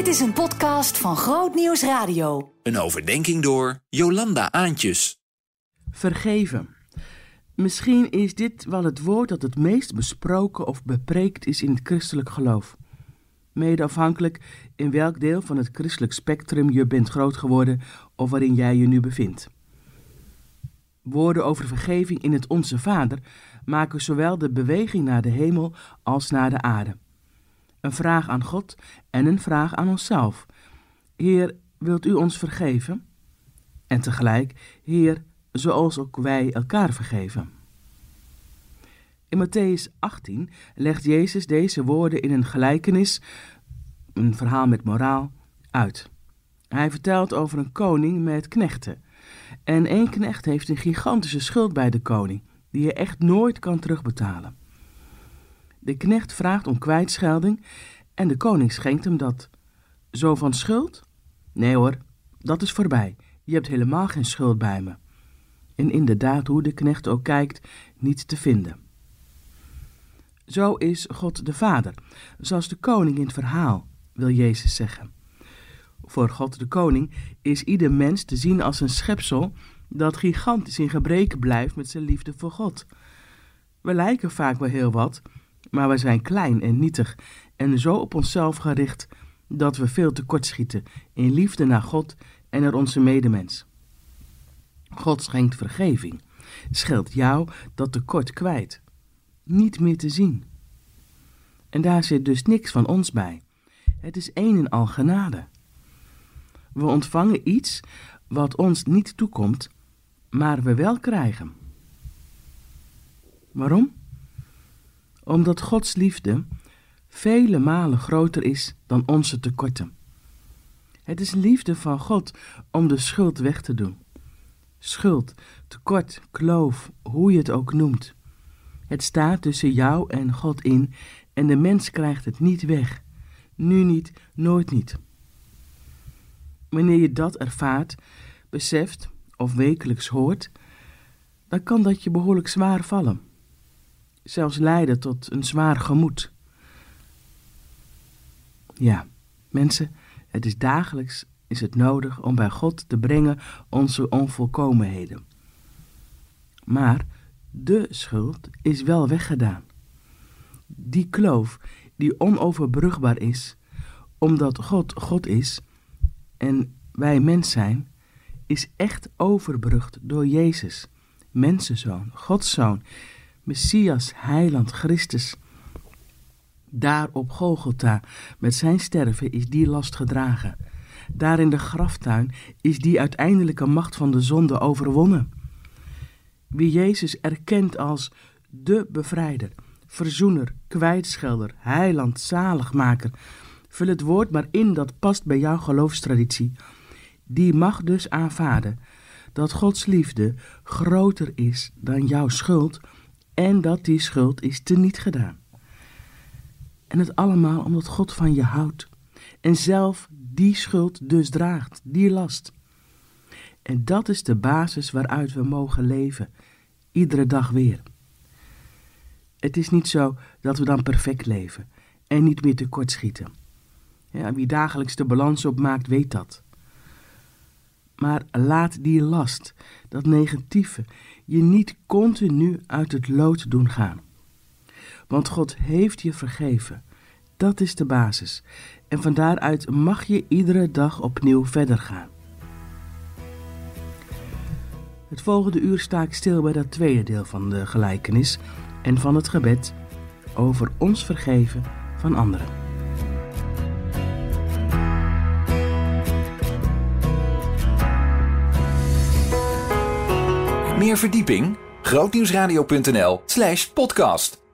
Dit is een podcast van Groot Nieuws Radio. Een overdenking door Jolanda Aantjes. Vergeven. Misschien is dit wel het woord dat het meest besproken of bepreekt is in het christelijk geloof. Mede afhankelijk in welk deel van het christelijk spectrum je bent groot geworden of waarin jij je nu bevindt. Woorden over vergeving in het Onze Vader maken zowel de beweging naar de hemel als naar de aarde. Een vraag aan God en een vraag aan onszelf. Heer, wilt u ons vergeven? En tegelijk, Heer, zoals ook wij elkaar vergeven. In Mattheüs 18 legt Jezus deze woorden in een gelijkenis, een verhaal met moraal, uit. Hij vertelt over een koning met knechten. En één knecht heeft een gigantische schuld bij de koning, die je echt nooit kan terugbetalen. De knecht vraagt om kwijtschelding en de koning schenkt hem dat. Zo van schuld? Nee hoor, dat is voorbij. Je hebt helemaal geen schuld bij me. En inderdaad, hoe de knecht ook kijkt, niet te vinden. Zo is God de Vader, zoals de koning in het verhaal, wil Jezus zeggen. Voor God de koning is ieder mens te zien als een schepsel dat gigantisch in gebreken blijft met zijn liefde voor God. We lijken vaak wel heel wat, maar we zijn klein en nietig en zo op onszelf gericht dat we veel tekortschieten in liefde naar God en naar onze medemens. God schenkt vergeving, scheelt jou dat tekort kwijt, niet meer te zien. En daar zit dus niks van ons bij. Het is één en al genade. We ontvangen iets wat ons niet toekomt, maar we wel krijgen. Waarom? Omdat Gods liefde vele malen groter is dan onze tekorten. Het is liefde van God om de schuld weg te doen. Schuld, tekort, kloof, hoe je het ook noemt. Het staat tussen jou en God in en de mens krijgt het niet weg. Nu niet, nooit niet. Wanneer je dat ervaart, beseft of wekelijks hoort, dan kan dat je behoorlijk zwaar vallen. Zelfs leiden tot een zwaar gemoed. Ja, mensen, het is dagelijks nodig om bij God te brengen onze onvolkomenheden. Maar de schuld is wel weggedaan. Die kloof die onoverbrugbaar is, omdat God God is en wij mens zijn, is echt overbrugd door Jezus, mensenzoon, Gods zoon, Messias, heiland, Christus. Daar op Golgotha, met zijn sterven, is die last gedragen. Daar in de graftuin is die uiteindelijke macht van de zonde overwonnen. Wie Jezus erkent als de bevrijder, verzoener, kwijtschelder, heiland, zaligmaker, vul het woord maar in dat past bij jouw geloofstraditie. Die mag dus aanvaarden dat Gods liefde groter is dan jouw schuld en dat die schuld is teniet gedaan. En het allemaal omdat God van je houdt en zelf die schuld dus draagt, die last. En dat is de basis waaruit we mogen leven, iedere dag weer. Het is niet zo dat we dan perfect leven en niet meer tekortschieten. Ja, wie dagelijks de balans opmaakt, weet dat. Maar laat die last, dat negatieve, je niet continu uit het lood doen gaan. Want God heeft je vergeven. Dat is de basis. En van daaruit mag je iedere dag opnieuw verder gaan. Het volgende uur sta ik stil bij dat tweede deel van de gelijkenis en van het gebed over ons vergeven van anderen. Meer verdieping? Grootnieuwsradio.nl/podcast